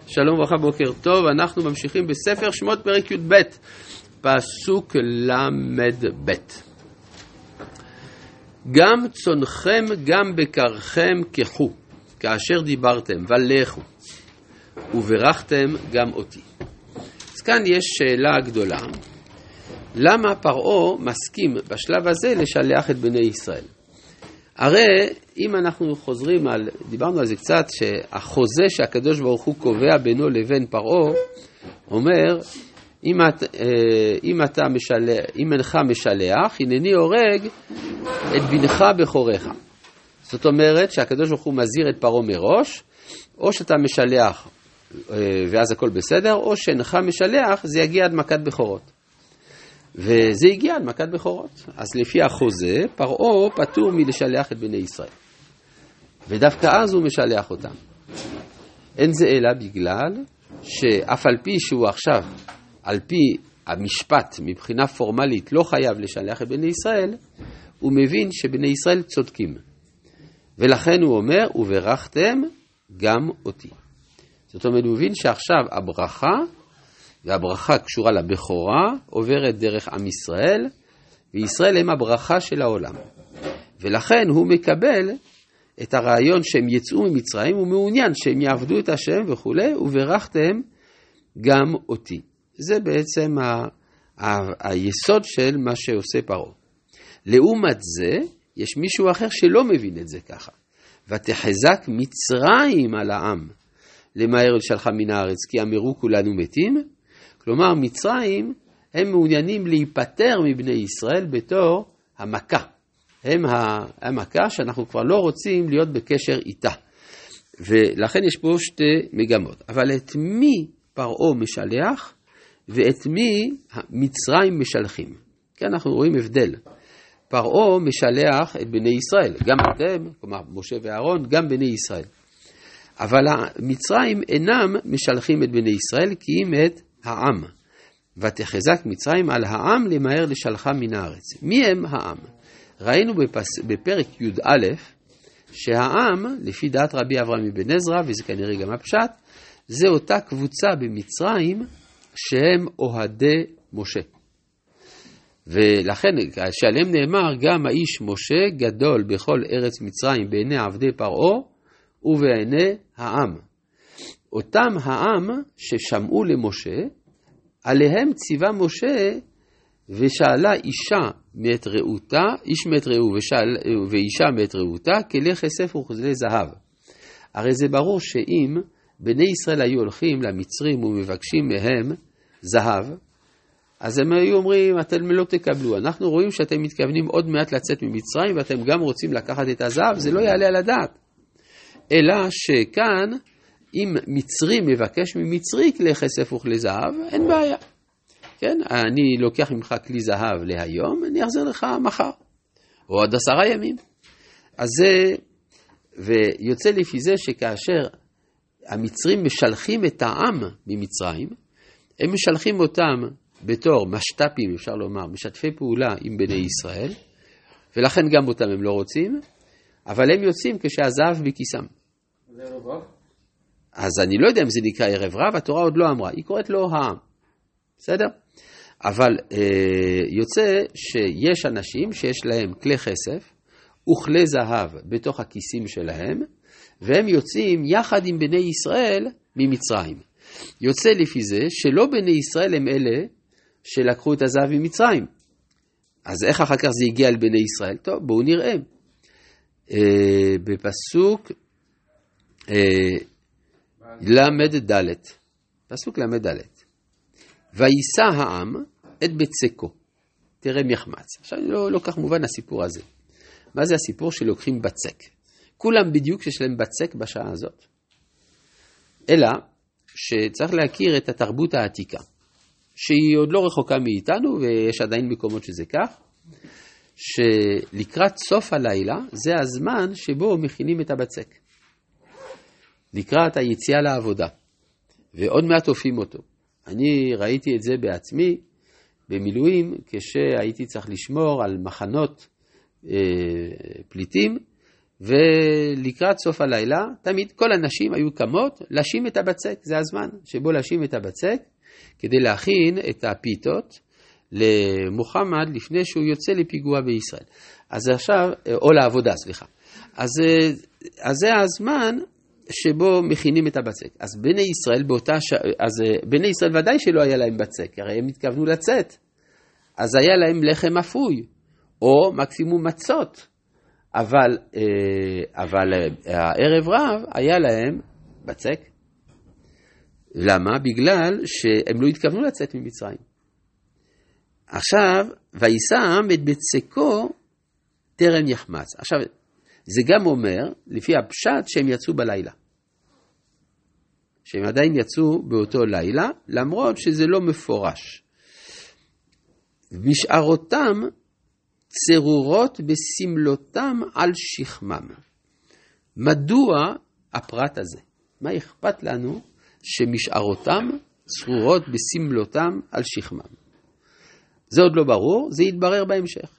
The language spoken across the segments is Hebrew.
שלום וברכה, בוקר טוב. אנחנו ממשיכים בספר שמות פרק י"ב, פסוק ל"ב. גם צונכם גם בקרכם קחו, כאשר דיברתם ולכו, וברכתם גם אותי. אז כאן יש שאלה גדולה, למה פרעה מסכים בשלב הזה לשלח את בני ישראל? הרי אם אנחנו חוזרים דיברנו על זה קצת, שהחוזה שהקדוש ברוך הוא קובע בינו לבין פרעה, אומר, אם אינך משלח, הנני הורג את בנך בכורך. זאת אומרת שהקדוש ברוך הוא מזהיר את פרעה מראש, או שאתה משלח ואז הכל בסדר, או שאינך משלח, זה יגיע עד מכת בכורות. וזה הגיע עד מכת בכורות. אז לפי החוזה, פרעה פטור מלשלח את בני ישראל. ודווקא אז הוא משלח אותם. אין זה אלא בגלל שאף על פי שהוא עכשיו, על פי המשפט, מבחינה פורמלית, לא חייב לשלח את בני ישראל, הוא מבין שבני ישראל צודקים. ולכן הוא אומר, וברכתם גם אותי. זאת אומרת, הוא מבין שעכשיו הברכה, והברכה קשורה לבכורה, עוברת דרך עם ישראל, וישראל הם הברכה של העולם. ולכן הוא מקבל את הרעיון שהם יצאו ממצרים, הוא מעוניין שהם יעבדו את השם וכו', וברכתם גם אותי. זה בעצם היסוד של מה שעושה פרעה. לעומת זה, יש מישהו אחר שלא מבין את זה ככה. ותחזק מצרים על העם, למהר לשלחה מן הארץ, כי אמרו כולנו מתים. כלומר, מצרים הם מעוניינים להיפטר מבני ישראל בתור המכה. הם המכה שאנחנו כבר לא רוצים להיות בקשר איתה. ולכן יש פה שתי מגמות. אבל את מי פרעה משלח ואת מי מצרים משלחים? כן, אנחנו רואים הבדל. פרעה משלח את בני ישראל, גם אתם, כלומר משה ואהרון, גם בני ישראל. אבל מצרים אינם משלחים את בני ישראל כי אם את העם. ותחזק מצרים על העם למהר לשלחה מן הארץ. מי הם העם? ראינו בפרק י"א שהעם, לפי דעת רבי אברהם אבן עזרא, וזה כנראה גם הפשט, זה אותה קבוצה במצרים שהם אוהדי משה. ולכן שעליהם נאמר, גם האיש משה גדול בכל ארץ מצרים בעיני עבדי פרעה ובעיני העם. אותם העם ששמעו למשה, עליהם ציווה משה ושאלה אישה מאת רעותה, איש מאת רעו ואישה מאת רעותה, כלי כסף וכלי זהב. הרי זה ברור שאם בני ישראל היו הולכים למצרים ומבקשים מהם זהב, אז הם היו אומרים, אתם לא תקבלו. אנחנו רואים שאתם מתכוונים עוד מעט לצאת ממצרים, ואתם גם רוצים לקחת את הזהב, זה לא יעלה על הדעת. אלא שכאן, אם מצרי מבקש ממצרי כלי כסף וכלי זהב, אין בעיה. כן, אני לוקח ממך כלי זהב להיום, אני אחזיר לך מחר, או עד 10 ימים. אז זה, ויוצא לפי זה שכאשר המצרים משלחים את העם ממצרים, הם משלחים אותם בתור משת"פים, אפשר לומר, משתפי פעולה עם בני ישראל, ולכן גם אותם הם לא רוצים, אבל הם יוצאים כשהזהב בכיסם. זה ערב רב? אז אני לא יודע אם זה נקרא ערב רב, התורה עוד לא אמרה, היא קוראת לו העם. בסדר? אבל יוצא שיש אנשים שיש להם כלי כסף וכלי זהב בתוך הכיסים שלהם, והם יוצאים יחד עם בני ישראל ממצרים. יוצא לפי זה שלא בני ישראל הם אלה שלקחו את הזהב ממצרים. אז איך אחר כך זה הגיע על בני ישראל? טוב, בואו נראה. בפסוק למד ד', פסוק למד ד'. ויישא העם את בצקו, תראה מחמץ. עכשיו לא כך מובן הסיפור הזה. מה זה הסיפור שלוקחים בצק? כולם בדיוק שיש להם בצק בשעה הזאת. אלא שצריך להכיר את התרבות העתיקה, שהיא עוד לא רחוקה מאיתנו, ויש עדיין מקומות שזה כך, שלקראת סוף הלילה זה הזמן שבו מכינים את הבצק. לקראת היציאה לעבודה, ועוד מעט הופים אותו. אני ראיתי את זה בעצמי במילואים, כשהייתי צריך לשמור על מחנות פליטים, ולקראת סוף הלילה, תמיד כל הנשים היו קמות להשים את הבצק, זה הזמן שבו להשים את הבצק, כדי להכין את הפיתות למוחמד לפני שהוא יוצא לפיגוע בישראל. אז עכשיו, או לעבודה, סליחה. אז זה הזמן שבו מכינים את הבצק. אז בני ישראל בני ישראל ודאי שלא היה להם בצק, הרי הם התכוונו לצאת. אז היה להם לחם אפוי, או מקסימום מצות. אבל הערב רב היה להם בצק. למה? בגלל שהם לא התכוונו לצאת ממצרים. עכשיו, וישא העם את בצקו טרם יחמץ. עכשיו, זה גם אומר, לפי הפשט, שהם יצאו בלילה. שהם עדיין יצאו באותו לילה, למרות שזה לא מפורש. משארותם צרורות בסמלותם על שכמם. מדוע הפרט הזה? מה אכפת לנו שמשארותם צרורות בסמלותם על שכמם? זה עוד לא ברור, זה יתברר בהמשך.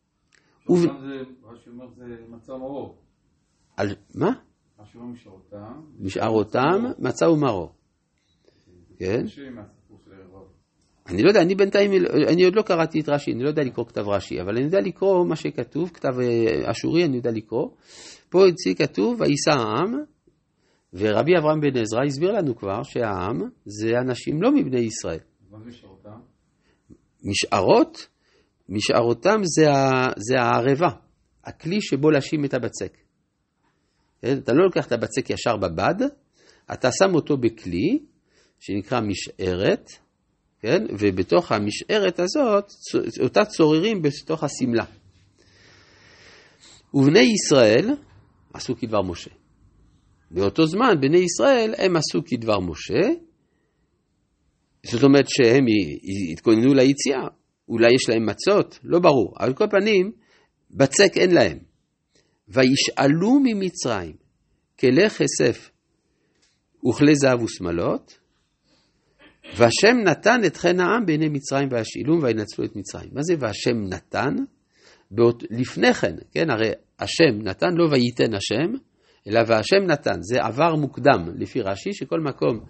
רש"י אומר זה מצה ומרור. על מה? רש"י אומר משארותם. משארותם, מצה ומרור. כן? אני לא יודע, אני בינתיים, אני עוד לא קראתי את רש"י, אני לא יודע לקרוא כתב רש"י, אבל אני יודע לקרוא מה שכתוב, כתב אשורי אני יודע לקרוא. פה אצלי כתוב, וישא העם, ורבי אברהם בן עזרא הסביר לנו כבר שהעם זה אנשים לא מבני ישראל. מה משארותם? משארותם זה הערבה, הכלי שבו להשים את הבצק. אתה לא לוקח את הבצק ישר בבד, אתה שם אותו בכלי שנקרא משארת, כן? ובתוך המשארת הזאת, אותה צוררים בתוך הסמלה. ובני ישראל עשו כדבר משה. באותו זמן בני ישראל הם עשו כדבר משה, זאת אומרת שהם התכוננו ליציאה, אולי יש להם מצות, לא ברור, אבל כל פנים, בצק אין להם. וישאלו ממצרים, כלי כסף וכלי זהב ושמלות, והשם נתן את חן העם בעיני מצרים והשאילום וינצלו את מצרים. מה זה והשם נתן? לפני כן, כן, הרי השם נתן, לא וייתן השם, אלא והשם נתן, זה עבר מוקדם לפי רש"י, שכל מקום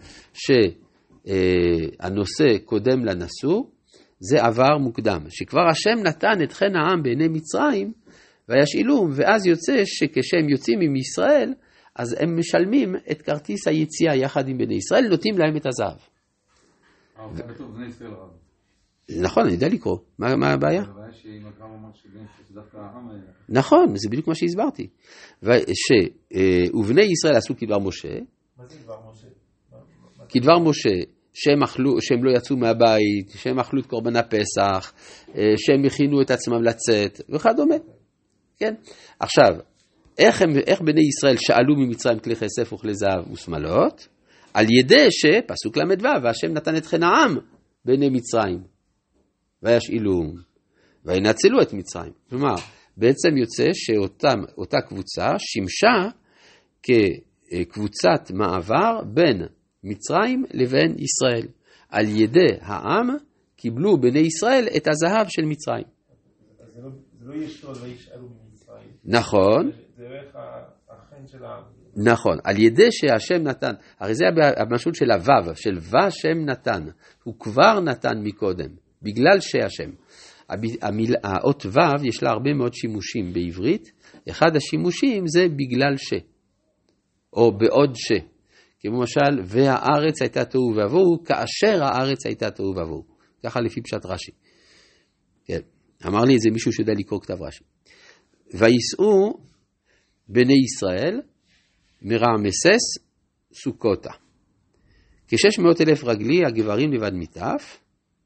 שהנושא קודם לנשוא, זה עבר מוקדם, שכבר השם נתן את חן העם בעיני מצרים והשאילום, ואז יוצא שכשהם יוצאים עם ישראל, אז הם משלמים את כרטיס היציאה יחד עם בני ישראל, נותנים להם את הזהב. זה כתוב בני ישראל רב. נכון, אני יודע לקרוא. מה הבעיה? הבעיה שאם הגרם אומר שדווקא העם... נכון, זה בדיוק מה שהסברתי. ובני ישראל עשו כדבר משה. מה זה כדבר משה? כדבר משה, שהם לא יצאו מהבית, שהם אכלו את קורבן הפסח, שהם הכינו את עצמם לצאת, וכדומה. כן? עכשיו, איך בני ישראל שאלו ממצרים כלי כסף וכלי זהב ושמלות? על ידי שפסוק למדו, והשם נתן את חן העם בעיני מצרים. וישאילום, וינצלו את מצרים. כלומר, בעצם יוצא שאותה קבוצה שימשה כקבוצת מעבר בין מצרים לבין ישראל. על ידי העם קיבלו בני ישראל את הזהב של מצרים. זה לא ישאול וישאלו ממצרים. נכון. זה דרך החן של העם. נכון, על ידי שהשם נתן, הרי זה המשול של הוו, של והשם נתן, הוא כבר נתן מקודם, בגלל שהשם. האות וו יש לה הרבה מאוד שימושים בעברית, אחד השימושים זה בגלל ש, או בעוד ש, כמו למשל, והארץ הייתה תוהו ובוהו, כאשר הארץ הייתה תוהו ובוהו, ככה לפי פשט רש"י. כן, אמר לי את זה מישהו שיודע לקרוא כתב רש"י. ויסעו בני ישראל, מרעמסס סוכותה. כ600,000 רגלי הגברים לבד מטף,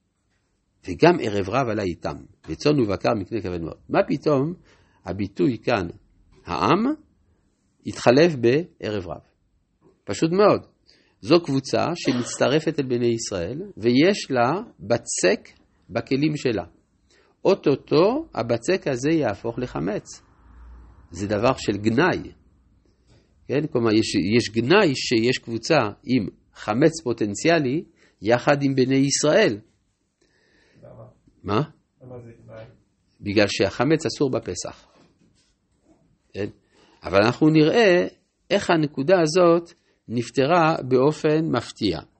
וגם ערב רב עלה איתם, וצאן ובקר מקנה כבד מאוד. מה פתאום הביטוי כאן, העם, התחלף בערב רב? פשוט מאוד. זו קבוצה שמצטרפת אל בני ישראל, ויש לה בצק בכלים שלה. אוטוטו הבצק הזה יהפוך לחמץ. זה דבר של גנאי. כן? כלומר, יש גנאי שיש קבוצה עם חמץ פוטנציאלי יחד עם בני ישראל. למה? מה? למה זה גנאי? בגלל שהחמץ אסור בפסח. כן? אבל אנחנו נראה איך הנקודה הזאת נפתרה באופן מפתיע.